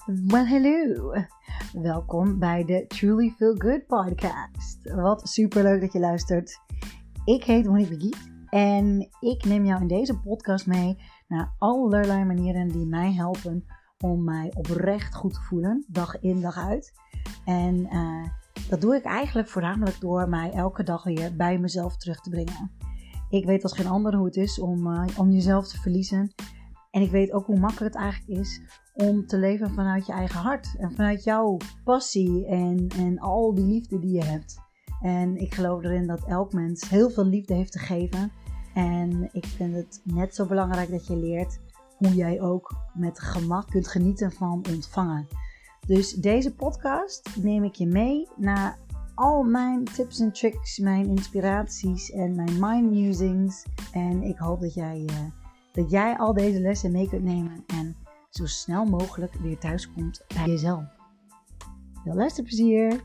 Well, hello. Welkom bij de Truly Feel Good podcast. Wat superleuk dat je luistert. Ik heet Monique Begiet en ik neem jou in deze podcast mee naar allerlei manieren die mij helpen om mij oprecht goed te voelen, dag in dag uit. En dat doe ik eigenlijk voornamelijk door mij elke dag weer bij mezelf terug te brengen. Ik weet als geen ander hoe het is om jezelf te verliezen. En ik weet ook hoe makkelijk het eigenlijk is om te leven vanuit je eigen hart. En vanuit jouw passie en al die liefde die je hebt. En ik geloof erin dat elk mens heel veel liefde heeft te geven. En ik vind het net zo belangrijk dat je leert hoe jij ook met gemak kunt genieten van ontvangen. Dus deze podcast neem ik je mee naar al mijn tips en tricks, mijn inspiraties en mijn mind musings. En ik hoop dat jij al deze lessen mee kunt nemen en zo snel mogelijk weer thuis komt bij jezelf. Veel luisterplezier!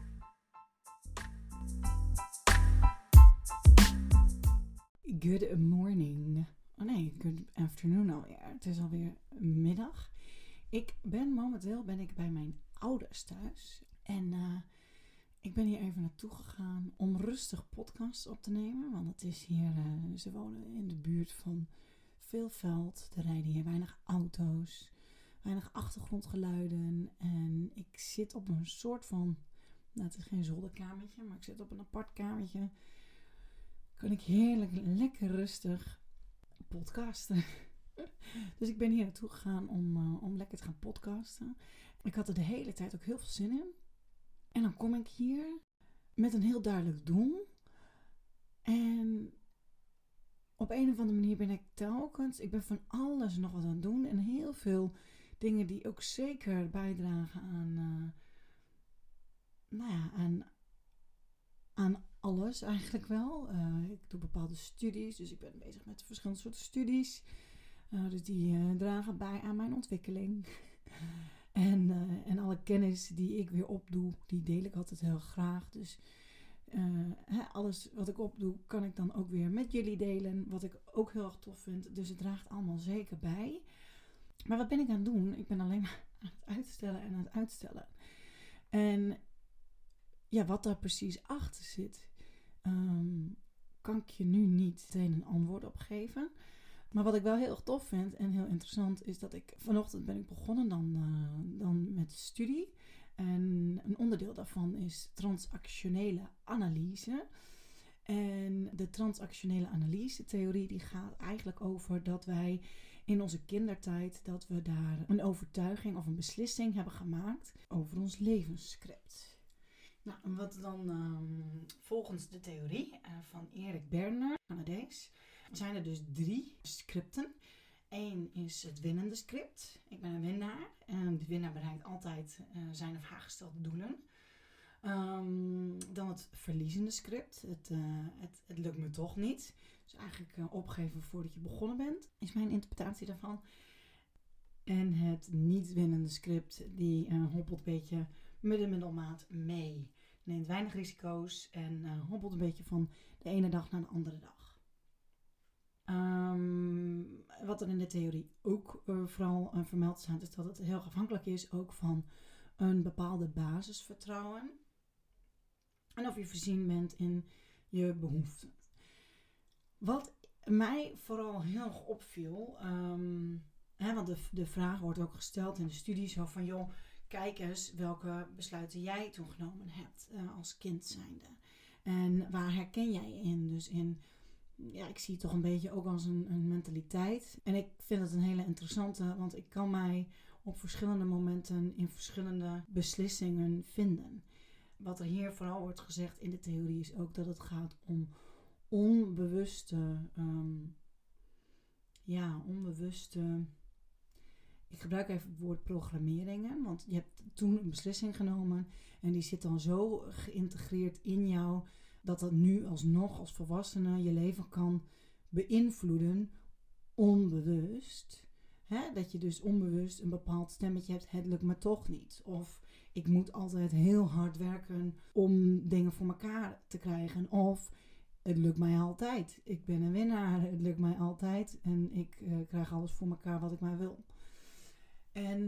Good morning. Oh nee, good afternoon alweer. Het is alweer middag. Momenteel ben ik bij mijn ouders thuis. En ik ben hier even naartoe gegaan om rustig podcasts op te nemen. Want het is hier, ze wonen in de buurt van veel veld. Er rijden hier weinig auto's. Weinig achtergrondgeluiden. En ik zit op een soort van, het is geen zolderkamertje, maar ik zit op een apart kamertje. Kan ik heerlijk, lekker rustig podcasten. Dus ik ben hier naartoe gegaan om lekker te gaan podcasten. Ik had er de hele tijd ook heel veel zin in. En dan kom ik hier met een heel duidelijk doel. En op een of andere manier ben ik telkens, ik ben van alles nog wat aan het doen. En heel veel dingen die ook zeker bijdragen aan alles eigenlijk wel. Ik doe bepaalde studies, dus ik ben bezig met verschillende soorten studies. Dus die dragen bij aan mijn ontwikkeling. En alle kennis die ik weer opdoe, die deel ik altijd heel graag. Dus alles wat ik opdoe, kan ik dan ook weer met jullie delen. Wat ik ook heel erg tof vind. Dus het draagt allemaal zeker bij. Maar wat ben ik aan het doen? Ik ben alleen maar aan het uitstellen. En ja, wat daar precies achter zit, kan ik je nu niet meteen een antwoord op geven. Maar wat ik wel heel erg tof vind en heel interessant is dat vanochtend ben ik begonnen dan met de studie. En een onderdeel daarvan is transactionele analyse. En de transactionele analyse theorie die gaat eigenlijk over dat wij in onze kindertijd, dat we daar een overtuiging of een beslissing hebben gemaakt over ons levensscript. Nou, en wat dan volgens de theorie van Erik Berner, Canadees, zijn er dus 3 scripten. 1 is het winnende script. Ik ben een winnaar en de winnaar bereikt altijd zijn of haar gestelde doelen. Dan het verliezende script. Het lukt me toch niet. Dus eigenlijk opgeven voordat je begonnen bent, is mijn interpretatie daarvan. En het niet winnende script, die hobbelt een beetje middelmaat mee. Neemt weinig risico's en hobbelt een beetje van de ene dag naar de andere dag. Wat er in de theorie ook vooral vermeld staat, is dat het heel afhankelijk is ook van een bepaalde basisvertrouwen. En of je voorzien bent in je behoeften. Wat mij vooral heel erg opviel, want de vraag wordt ook gesteld in de studie zo van, joh, kijk eens welke besluiten jij toen genomen hebt als kind zijnde. En waar herken jij je in? Dus ik zie het toch een beetje ook als een mentaliteit. En ik vind het een hele interessante, want ik kan mij op verschillende momenten in verschillende beslissingen vinden. Wat er hier vooral wordt gezegd in de theorie is ook dat het gaat om onbewuste, ik gebruik even het woord programmeringen, want je hebt toen een beslissing genomen en die zit dan zo geïntegreerd in jou dat dat nu alsnog als volwassene je leven kan beïnvloeden, onbewust. Dat je dus onbewust een bepaald stemmetje hebt, het lukt me toch niet. Of ik moet altijd heel hard werken om dingen voor elkaar te krijgen. Of het lukt mij altijd. Ik ben een winnaar, het lukt mij altijd en ik krijg alles voor elkaar wat ik maar wil. En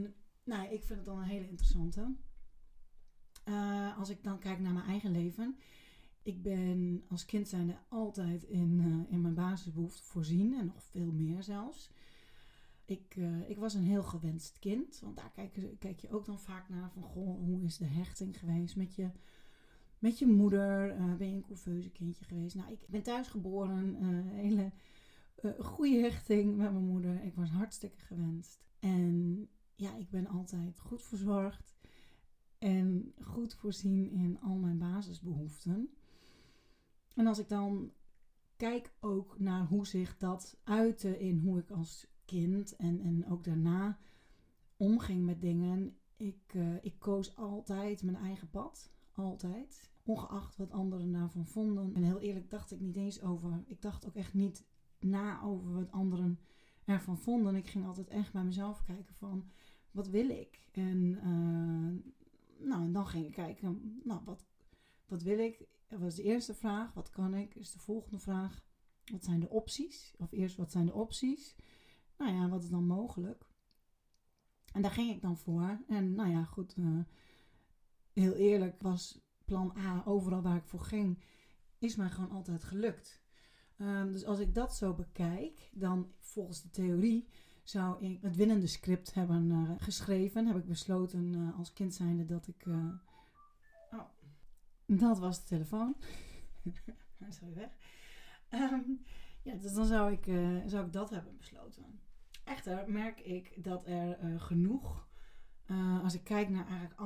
Nou, ik vind het dan een hele interessante. Als ik dan kijk naar mijn eigen leven. Ik ben als kind zijnde altijd in mijn basisbehoeften voorzien. En nog veel meer zelfs. Ik was een heel gewenst kind. Want daar kijk je ook dan vaak naar. Van, goh, hoe is de hechting geweest met je moeder? Ben je een couveuse kindje geweest? Nou, ik ben thuis geboren. Hele goede hechting met mijn moeder. Ik was hartstikke gewenst. En ja, ik ben altijd goed verzorgd. En goed voorzien in al mijn basisbehoeften. En als ik dan kijk ook naar hoe zich dat uitte in hoe ik als kind en ook daarna omging met dingen. Ik koos altijd mijn eigen pad. Altijd. Ongeacht wat anderen daarvan vonden. En heel eerlijk dacht ik niet eens over. Ik dacht ook echt niet na over wat anderen ervan vonden. Ik ging altijd echt bij mezelf kijken van wat wil ik? En dan ging ik kijken, wat wil ik? Dat was de eerste vraag. Wat kan ik? Is de volgende vraag. Wat zijn de opties? Of eerst, wat zijn de opties? Nou ja, wat is dan mogelijk? En daar ging ik dan voor. En nou ja, goed. Heel eerlijk was plan A, overal waar ik voor ging, is mij gewoon altijd gelukt. Dus als ik dat zo bekijk, dan volgens de theorie zou ik het winnende script hebben geschreven. Heb ik besloten als kind zijnde dat ik... dat was de telefoon. Hij is weer weg. Dus dan zou ik dat hebben besloten. Echter merk ik dat er genoeg... als ik kijk naar eigenlijk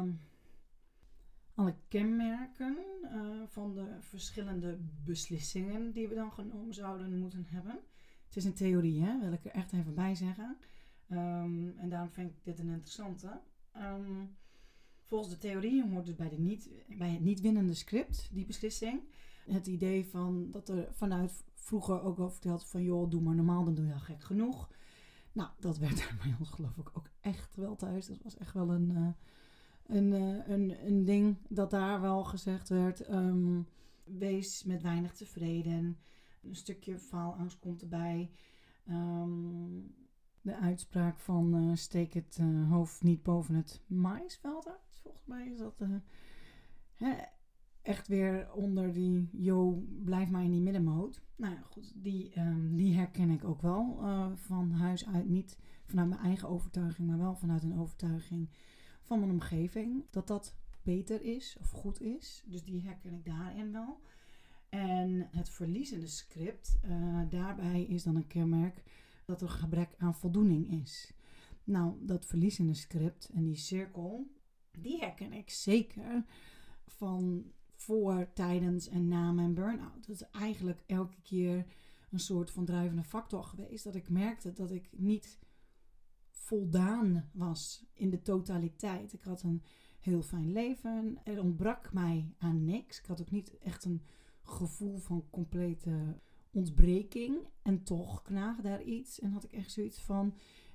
alle kenmerken van de verschillende beslissingen die we dan genomen zouden moeten hebben. Het is een theorie, hè? Wil ik er echt even bij zeggen. En daarom vind ik dit een interessante. Volgens de theorie hoort dus bij het niet winnende script, die beslissing. Het idee van dat er vanuit vroeger ook wel verteld van joh, doe maar normaal, dan doe je al gek genoeg. Nou, dat werd er bij ons geloof ik ook echt wel thuis. Dat was echt wel een ding dat daar wel gezegd werd. Wees met weinig tevreden. Een stukje faalangst komt erbij. De uitspraak van steek het hoofd niet boven het maïsveld uit. Volgens mij is dat echt weer onder die blijf maar in die middenmoot. Nou ja, goed, die herken ik ook wel van huis uit. Niet vanuit mijn eigen overtuiging, maar wel vanuit een overtuiging van mijn omgeving. Dat beter is of goed is. Dus die herken ik daarin wel. En het verliezende script, daarbij is dan een kenmerk dat er gebrek aan voldoening is. Nou, dat verliezende script en die cirkel, die herken ik zeker van voor, tijdens en na mijn burn-out. Dat is eigenlijk elke keer een soort van drijvende factor geweest. Dat ik merkte dat ik niet voldaan was in de totaliteit. Ik had een heel fijn leven. Er ontbrak mij aan niks. Ik had ook niet echt een gevoel van complete ontbreking. En toch knaagde daar iets. En had ik echt zoiets van...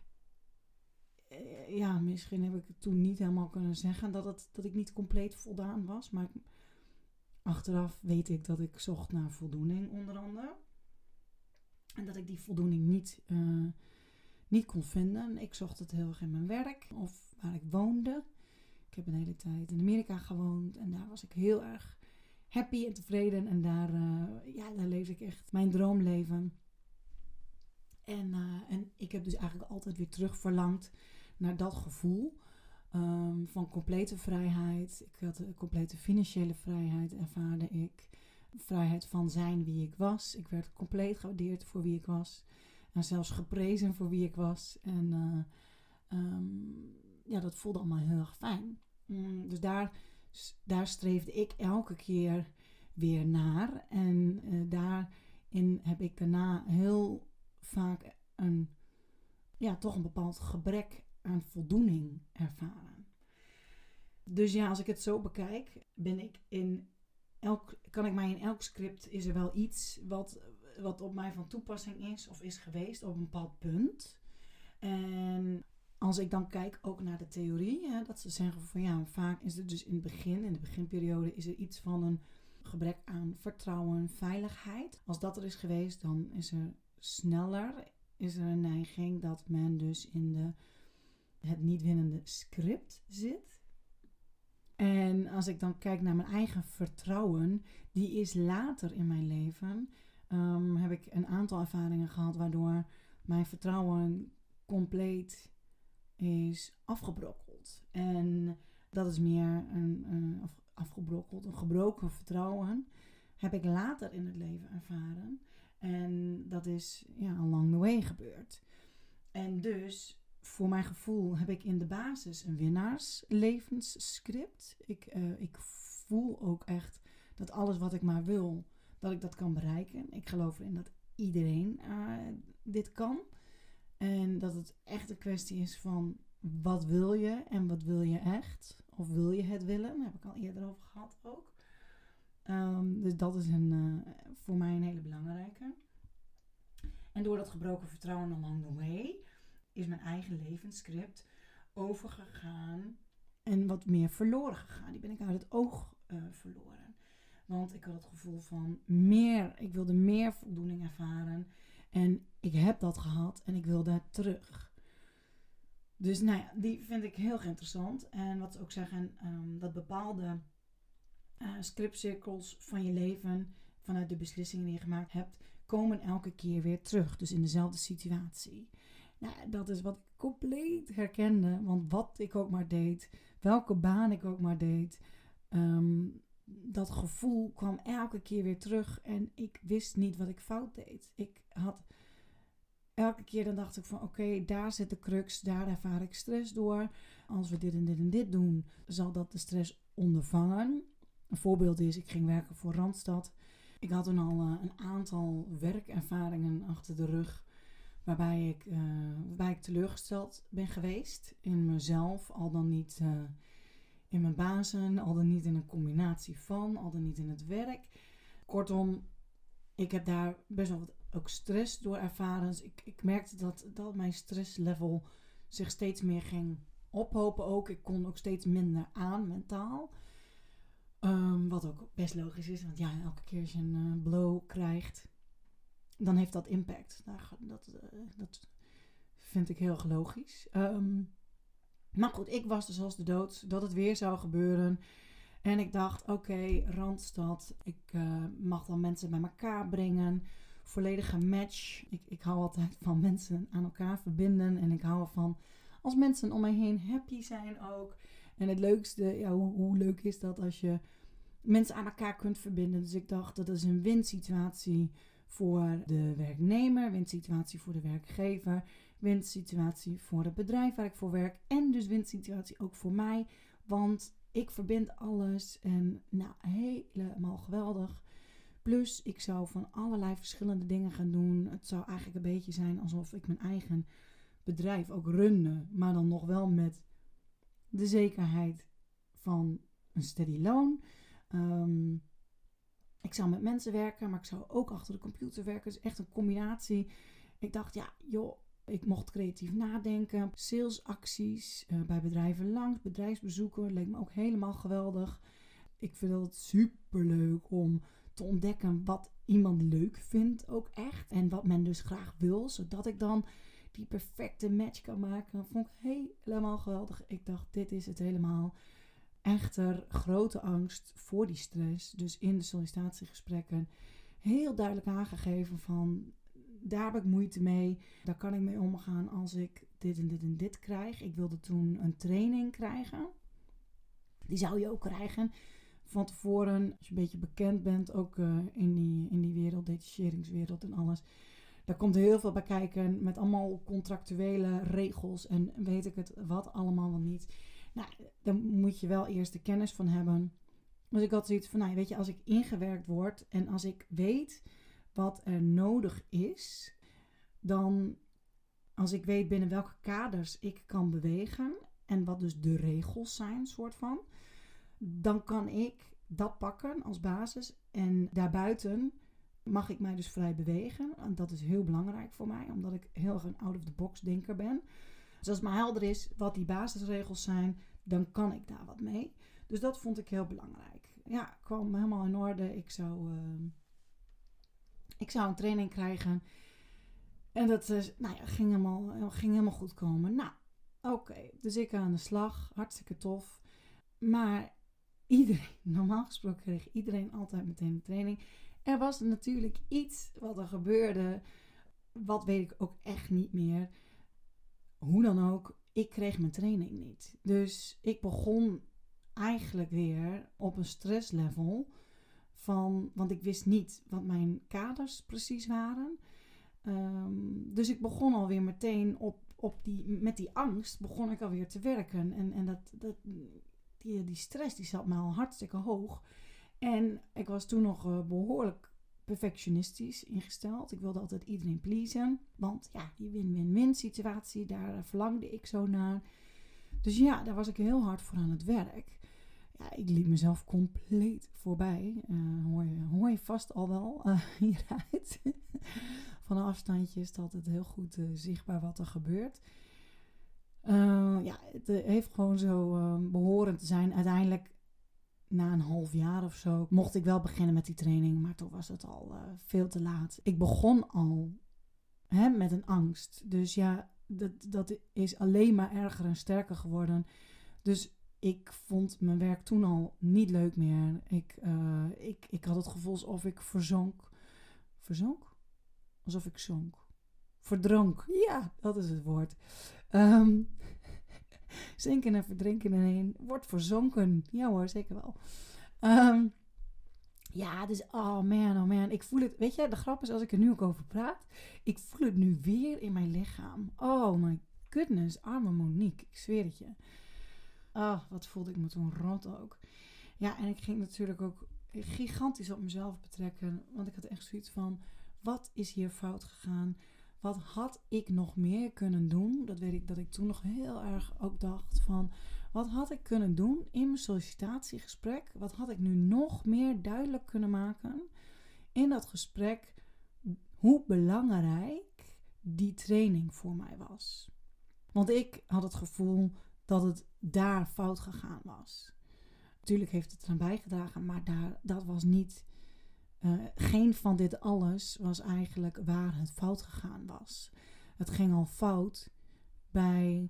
misschien heb ik het toen niet helemaal kunnen zeggen dat ik niet compleet voldaan was. Maar achteraf weet ik dat ik zocht naar voldoening onder andere. En dat ik die voldoening niet kon vinden. Ik zocht het heel erg in mijn werk of waar ik woonde. Ik heb een hele tijd in Amerika gewoond. En daar was ik heel erg happy en tevreden. En daar leefde ik echt mijn droomleven. En ik heb dus eigenlijk altijd weer terug verlangd naar dat gevoel van complete vrijheid. Ik had een complete financiële vrijheid, ervaarde ik. Vrijheid van zijn wie ik was. Ik werd compleet gewaardeerd voor wie ik was. En zelfs geprezen voor wie ik was. En dat voelde allemaal heel erg fijn. Dus daar streefde ik elke keer weer naar. En daarin heb ik daarna heel vaak toch een bepaald gebrek aan voldoening ervaren. Dus ja, als ik het zo bekijk, kan ik mij in elk script, is er wel iets wat op mij van toepassing is of is geweest op een bepaald punt. En als ik dan kijk ook naar de theorie, dat ze zeggen van vaak is er dus in de beginperiode, is er iets van een gebrek aan vertrouwen, veiligheid. Als dat er is geweest, dan is er een neiging dat men dus in de het niet winnende script zit. En als ik dan kijk naar mijn eigen vertrouwen, die is later in mijn leven, heb ik een aantal ervaringen gehad waardoor mijn vertrouwen compleet is afgebrokkeld. En dat is meer een gebroken vertrouwen heb ik later in het leven ervaren. En dat is along the way gebeurd. En dus, voor mijn gevoel, heb ik in de basis een winnaarslevenscript. Ik voel ook echt dat alles wat ik maar wil, dat ik dat kan bereiken. Ik geloof erin dat iedereen dit kan. En dat het echt een kwestie is van wat wil je en wat wil je echt? Of wil je het willen? Daar heb ik al eerder over gehad ook. Dus dat is voor mij een hele belangrijke. En door dat gebroken vertrouwen along the way is mijn eigen levenscript overgegaan en wat meer verloren gegaan. Die ben ik uit het oog verloren. Want ik had het gevoel van ik wilde meer voldoening ervaren. En ik heb dat gehad en ik wil daar terug. Dus die vind ik heel erg interessant. En wat ze ook zeggen, dat bepaalde scriptcirkels van je leven, vanuit de beslissingen die je gemaakt hebt, komen elke keer weer terug. Dus in dezelfde situatie. Dat is wat ik compleet herkende. Want wat ik ook maar deed, welke baan ik ook maar deed, dat gevoel kwam elke keer weer terug. En ik wist niet wat ik fout deed. Elke keer dan dacht ik van oké, daar zit de crux, daar ervaar ik stress door. Als we dit en dit en dit doen, zal dat de stress ondervangen. Een voorbeeld is, ik ging werken voor Randstad. Ik had toen al een aantal werkervaringen achter de rug, waarbij ik teleurgesteld ben geweest in mezelf, al dan niet in mijn bazen, al dan niet in een combinatie van, al dan niet in het werk. Kortom, ik heb daar best wel wat ook stress door ervaren. Dus ik merkte dat mijn stresslevel zich steeds meer ging ophopen ook. Ik kon ook steeds minder aan mentaal. Wat ook best logisch is. Want elke keer als je een blow krijgt, dan heeft dat impact. Dat vind ik heel erg logisch. Maar goed, ik was dus als de dood dat het weer zou gebeuren. En ik dacht, oké, Randstad. Ik mag dan mensen bij elkaar brengen. Volledige match. Ik hou altijd van mensen aan elkaar verbinden. En ik hou ervan als mensen om mij heen happy zijn ook. En het leukste, hoe leuk is dat als je mensen aan elkaar kunt verbinden. Dus ik dacht, dat is een winsituatie voor de werknemer. Winsituatie voor de werkgever. Winsituatie voor het bedrijf waar ik voor werk. En dus winsituatie ook voor mij. Want ik verbind alles en helemaal geweldig. Plus, ik zou van allerlei verschillende dingen gaan doen. Het zou eigenlijk een beetje zijn alsof ik mijn eigen bedrijf ook runde. Maar dan nog wel met de zekerheid van een steady loon. Ik zou met mensen werken, maar ik zou ook achter de computer werken. Dus echt een combinatie. Ik dacht, ik mocht creatief nadenken. Salesacties bij bedrijven langs, bedrijfsbezoeken. Leek me ook helemaal geweldig. Ik vind het superleuk om te ontdekken wat iemand leuk vindt ook echt. En wat men dus graag wil. Zodat ik dan die perfecte match kan maken. Dat vond ik helemaal geweldig. Ik dacht, dit is het helemaal. Echter grote angst voor die stress. Dus in de sollicitatiegesprekken heel duidelijk aangegeven van, daar heb ik moeite mee. Daar kan ik mee omgaan als ik dit en dit en dit krijg. Ik wilde toen een training krijgen. Die zou je ook krijgen van tevoren. Als je een beetje bekend bent, ook in die wereld, detacheringswereld en alles. Daar komt heel veel bij kijken met allemaal contractuele regels en weet ik het wat allemaal wel niet. Daar moet je wel eerst de kennis van hebben. Dus ik had zoiets van, weet je, als ik ingewerkt word en als ik weet wat er nodig is, dan als ik weet binnen welke kaders ik kan bewegen en wat dus de regels zijn, soort van, dan kan ik dat pakken als basis en daarbuiten mag ik mij dus vrij bewegen. En dat is heel belangrijk voor mij, omdat ik heel erg een out-of-the-box denker ben. Dus als het maar helder is wat die basisregels zijn, dan kan ik daar wat mee. Dus dat vond ik heel belangrijk. Ja, kwam helemaal in orde. Ik zou een training krijgen. En dat ging helemaal goed komen. Oké, dus ik aan de slag. Hartstikke tof. Maar iedereen, normaal gesproken kreeg iedereen altijd meteen een training. Er was natuurlijk iets wat er gebeurde. Wat weet ik ook echt niet meer. Hoe dan ook, ik kreeg mijn training niet. Dus ik begon eigenlijk weer op een stresslevel want ik wist niet wat mijn kaders precies waren. Dus ik begon alweer meteen met die angst begon ik alweer te werken. En die stress die zat me al hartstikke hoog. En ik was toen nog behoorlijk perfectionistisch ingesteld. Ik wilde altijd iedereen pleasen. Want ja, die win-win-win situatie, daar verlangde ik zo naar. Dus ja, daar was ik heel hard voor aan het werk. Ja, ik liep mezelf compleet voorbij. Hoor je vast al wel hieruit. Van een afstandje is het altijd heel goed zichtbaar wat er gebeurt. Het heeft gewoon zo behorend te zijn. Uiteindelijk, na een half jaar of zo, mocht ik wel beginnen met die training. Maar toen was het al veel te laat. Ik begon al met een angst. Dus ja, dat is alleen maar erger en sterker geworden. Dus ik vond mijn werk toen al niet leuk meer. Ik had het gevoel alsof ik verzonk. Verzonk? Alsof ik zonk. Verdronk. Ja, dat is het woord. Zinken en verdrinken in één. Wordt verzonken. Ja hoor, zeker wel. Dus oh man. Ik voel het. Weet je, de grap is als ik er nu ook over praat. Ik voel het nu weer in mijn lichaam. Oh my goodness. Arme Monique. Ik zweer het je. Oh, wat voelde ik me toen rot ook. Ja, en ik ging natuurlijk ook gigantisch op mezelf betrekken. Want ik had echt zoiets van, wat is hier fout gegaan? Wat had ik nog meer kunnen doen? Dat weet ik dat ik toen nog heel erg ook dacht van, wat had ik kunnen doen in mijn sollicitatiegesprek? Wat had ik nu nog meer duidelijk kunnen maken in dat gesprek? Hoe belangrijk die training voor mij was. Want ik had het gevoel dat het daar fout gegaan was. Natuurlijk heeft het eraan bijgedragen, maar dat was niet. Geen van dit alles was eigenlijk waar het fout gegaan was. Het ging al fout bij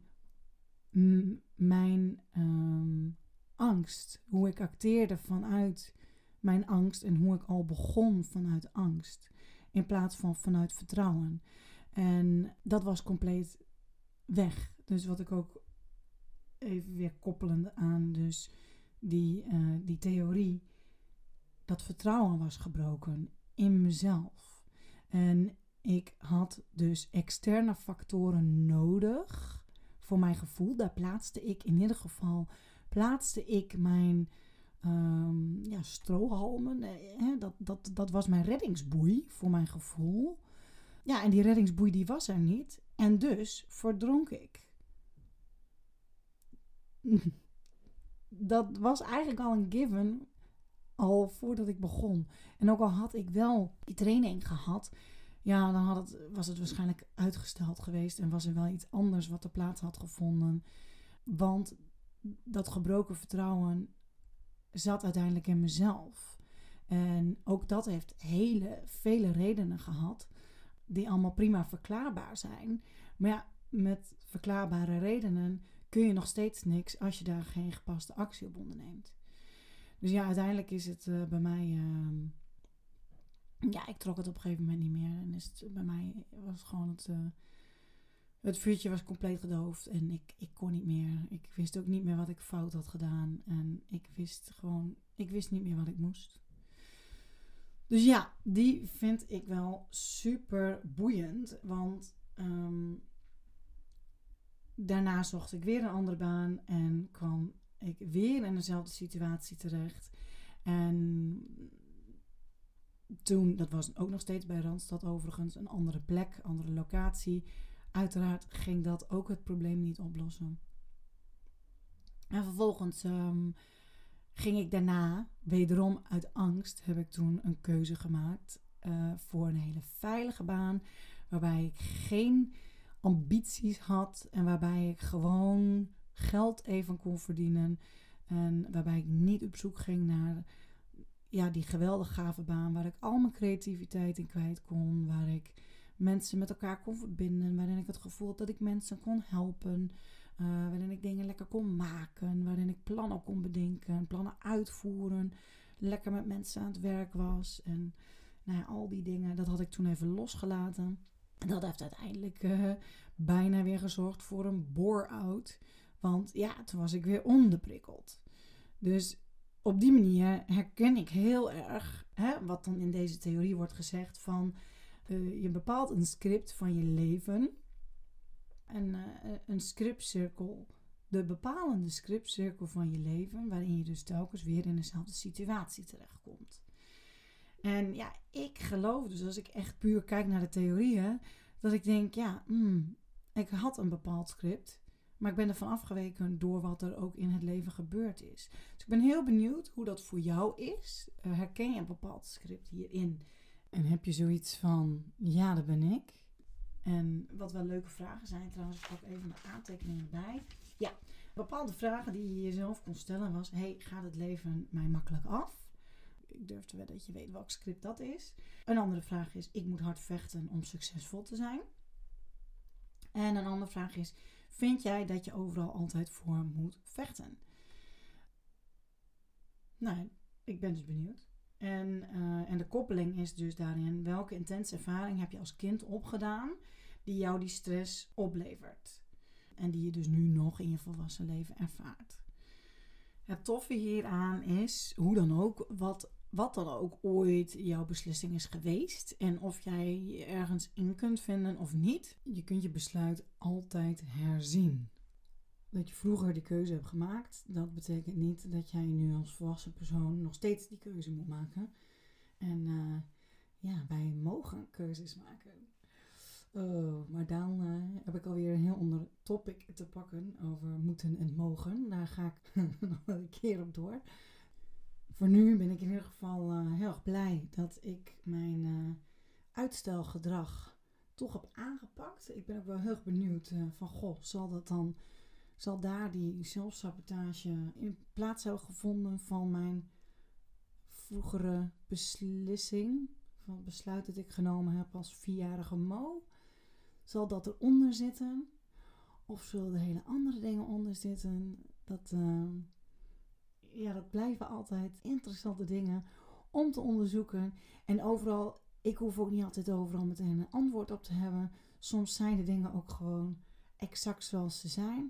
mijn angst. Hoe ik acteerde vanuit mijn angst en hoe ik al begon vanuit angst. In plaats van vanuit vertrouwen. En dat was compleet weg. Dus wat ik ook even weer koppelende aan dus die theorie, dat vertrouwen was gebroken in mezelf. En ik had dus externe factoren nodig voor mijn gevoel. Daar plaatste ik in ieder geval mijn strohalmen. Dat was mijn reddingsboei voor mijn gevoel. Ja, en die reddingsboei die was er niet. En dus verdronk ik. Dat was eigenlijk al een given, al voordat ik begon. En ook al had ik wel die training gehad, ja, dan was het waarschijnlijk uitgesteld geweest en was er wel iets anders wat er plaats had gevonden. Want dat gebroken vertrouwen zat uiteindelijk in mezelf. En ook dat heeft vele redenen gehad, die allemaal prima verklaarbaar zijn. Maar ja, met verklaarbare redenen kun je nog steeds niks als je daar geen gepaste actie op onderneemt. Dus ja, uiteindelijk is het bij mij. Ik trok het op een gegeven moment niet meer. En is het bij mij was gewoon het vuurtje was compleet gedoofd. En ik kon niet meer. Ik wist ook niet meer wat ik fout had gedaan. En ik wist niet meer wat ik moest. Dus ja, die vind ik wel super boeiend. Want daarna zocht ik weer een andere baan en kwam ik weer in dezelfde situatie terecht. En toen, dat was ook nog steeds bij Randstad overigens, een andere plek, andere locatie. Uiteraard ging dat ook het probleem niet oplossen. En vervolgens ging ik daarna, wederom uit angst, heb ik toen een keuze gemaakt voor een hele veilige baan, waarbij ik geen ambities had en waarbij ik gewoon geld even kon verdienen en waarbij ik niet op zoek ging naar die geweldig gave baan waar ik al mijn creativiteit in kwijt kon, waar ik mensen met elkaar kon verbinden, waarin ik het gevoel had dat ik mensen kon helpen, Waarin ik dingen lekker kon maken. Waarin ik plannen kon bedenken. Plannen uitvoeren. Lekker met mensen aan het werk was. En al die dingen, dat had ik toen even losgelaten. En dat heeft uiteindelijk bijna weer gezorgd voor een bore-out. Want toen was ik weer onderprikkeld. Dus op die manier herken ik heel erg wat dan in deze theorie wordt gezegd van je bepaalt een script van je leven. En een scriptcirkel, de bepalende scriptcirkel van je leven, waarin je dus telkens weer in dezelfde situatie terechtkomt. En ik geloof dus, als ik echt puur kijk naar de theorieën, dat ik denk, ik had een bepaald script, maar ik ben ervan afgeweken door wat er ook in het leven gebeurd is. Dus ik ben heel benieuwd hoe dat voor jou is. Herken je een bepaald script hierin? En heb je zoiets van, ja, dat ben ik. En wat wel leuke vragen zijn trouwens, ik pak even mijn aantekeningen bij. Ja, bepaalde vragen die je jezelf kon stellen was, gaat het leven mij makkelijk af? Ik durf te wedden dat je weet welk script dat is. Een andere vraag is, ik moet hard vechten om succesvol te zijn. En een andere vraag is, vind jij dat je overal altijd voor moet vechten? Nou, ik ben dus benieuwd. En de koppeling is dus daarin, welke intense ervaring heb je als kind opgedaan die jou die stress oplevert? En die je dus nu nog in je volwassen leven ervaart. Het toffe hieraan is, hoe dan ook, wat dan ook ooit jouw beslissing is geweest. En of jij je ergens in kunt vinden of niet. Je kunt je besluit altijd herzien. Dat je vroeger die keuze hebt gemaakt, dat betekent niet dat jij nu als volwassen persoon nog steeds die keuze moet maken. En wij mogen keuzes maken. Maar dan heb ik alweer een heel ander topic te pakken over moeten en mogen. Daar ga ik nog een keer op door. Voor nu ben ik in ieder geval heel erg blij dat ik mijn uitstelgedrag toch heb aangepakt. Ik ben ook wel heel erg benieuwd van, zal daar die zelfsabotage in plaats hebben gevonden van mijn vroegere beslissing, van het besluit dat ik genomen heb als 4-jarige Mo? Zal dat eronder zitten? Of zullen er hele andere dingen onder zitten? Dat blijven altijd interessante dingen om te onderzoeken. En overal, ik hoef ook niet altijd overal meteen een antwoord op te hebben. Soms zijn de dingen ook gewoon exact zoals ze zijn.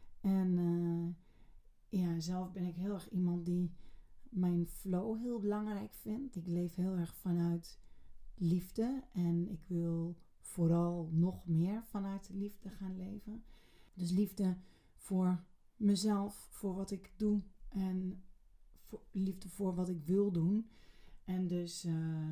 En zelf ben ik heel erg iemand die mijn flow heel belangrijk vindt. Ik leef heel erg vanuit liefde. En ik wil vooral nog meer vanuit liefde gaan leven. Dus liefde voor mezelf, voor wat ik doe. En liefde voor wat ik wil doen. En dus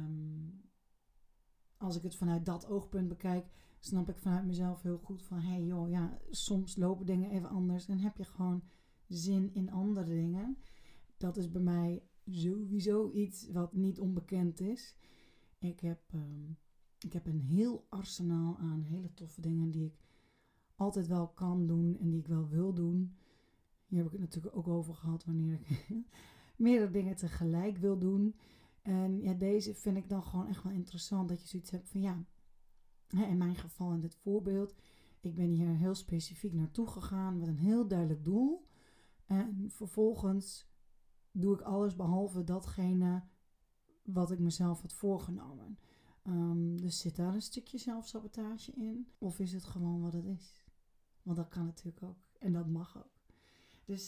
als ik het vanuit dat oogpunt bekijk, snap ik vanuit mezelf heel goed van, soms lopen dingen even anders en heb je gewoon zin in andere dingen. Dat is bij mij sowieso iets wat niet onbekend is. Ik heb een heel arsenaal aan hele toffe dingen die ik altijd wel kan doen en die ik wel wil doen. Hier heb ik het natuurlijk ook over gehad wanneer ik meerdere dingen tegelijk wil doen. En deze vind ik dan gewoon echt wel interessant. Dat je zoiets hebt van in mijn geval in dit voorbeeld. Ik ben hier heel specifiek naartoe gegaan met een heel duidelijk doel. En vervolgens doe ik alles behalve datgene wat ik mezelf had voorgenomen. Dus zit daar een stukje zelfsabotage in? Of is het gewoon wat het is? Want dat kan natuurlijk ook. En dat mag ook. Dus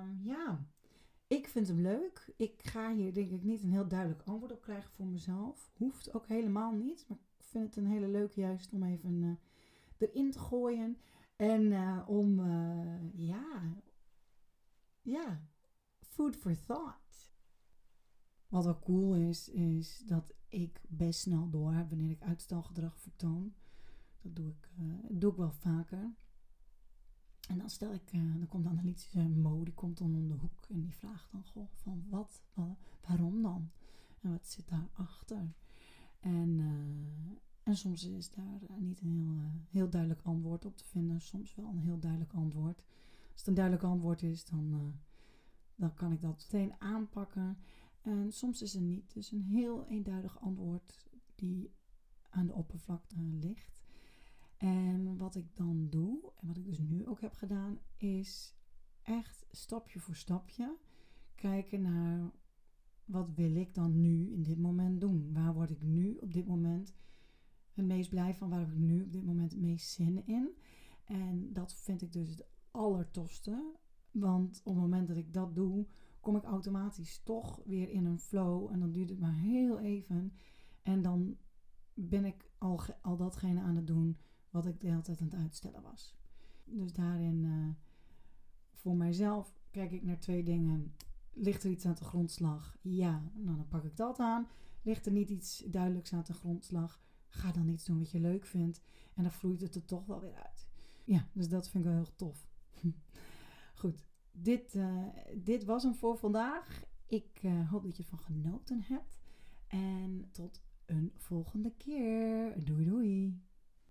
ik vind hem leuk. Ik ga hier denk ik niet een heel duidelijk antwoord op krijgen voor mezelf. Hoeft ook helemaal niet. Maar ik vind het een hele leuke juist om even erin te gooien. En food for thought. Wat wel cool is dat ik best snel door heb wanneer ik uitstelgedrag vertoon. Dat doe ik wel vaker. En dan komt de analytische Mo, die komt dan om de hoek en die vraagt dan, van waarom dan? En wat zit daarachter? En soms is daar niet een heel duidelijk antwoord op te vinden. Soms wel een heel duidelijk antwoord. Als het een duidelijk antwoord is, dan kan ik dat meteen aanpakken. En soms is het niet. Dus een heel eenduidig antwoord die aan de oppervlakte ligt. En wat ik dan doe, en wat ik dus nu ook heb gedaan, is echt stapje voor stapje kijken naar wat wil ik dan nu in dit moment doen? Waar word ik nu op dit moment het meest blij van? Waar heb ik nu op dit moment het meest zin in? En dat vind ik dus het allertofste. Want op het moment dat ik dat doe, kom ik automatisch toch weer in een flow. En dan duurt het maar heel even. En dan ben ik al datgene aan het doen wat ik de hele tijd aan het uitstellen was. Dus daarin, voor mijzelf, kijk ik naar 2 dingen. Ligt er iets aan de grondslag? Ja, nou, dan pak ik dat aan. Ligt er niet iets duidelijks aan de grondslag? Ga dan iets doen wat je leuk vindt. En dan vloeit het er toch wel weer uit. Ja, dus dat vind ik wel heel tof. Goed, dit was hem voor vandaag. Ik hoop dat je ervan genoten hebt. En tot een volgende keer. Doei doei.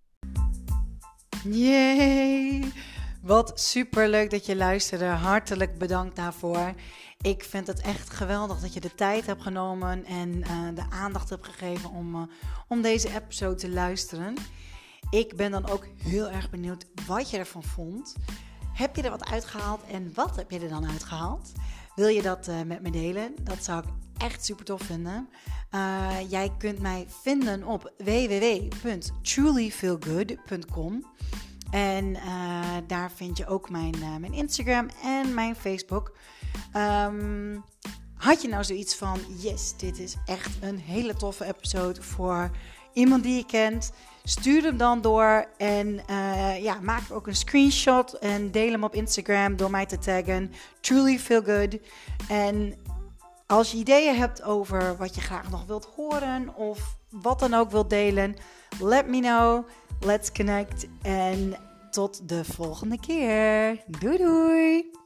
Yay! Wat superleuk dat je luisterde. Hartelijk bedankt daarvoor. Ik vind het echt geweldig dat je de tijd hebt genomen en de aandacht hebt gegeven om deze episode te luisteren. Ik ben dan ook heel erg benieuwd wat je ervan vond. Heb je er wat uitgehaald en wat heb je er dan uitgehaald? Wil je dat met me delen? Dat zou ik echt super tof vinden. Jij kunt mij vinden op www.trulyfeelgood.com. En daar vind je ook mijn Instagram en mijn Facebook. Had je nou zoiets van, yes, dit is echt een hele toffe episode voor iemand die je kent? Stuur hem dan door en maak ook een screenshot en deel hem op Instagram door mij te taggen. Truly Feel Good. En als je ideeën hebt over wat je graag nog wilt horen of wat dan ook wilt delen, let me know. Let's connect en tot de volgende keer. Doei doei!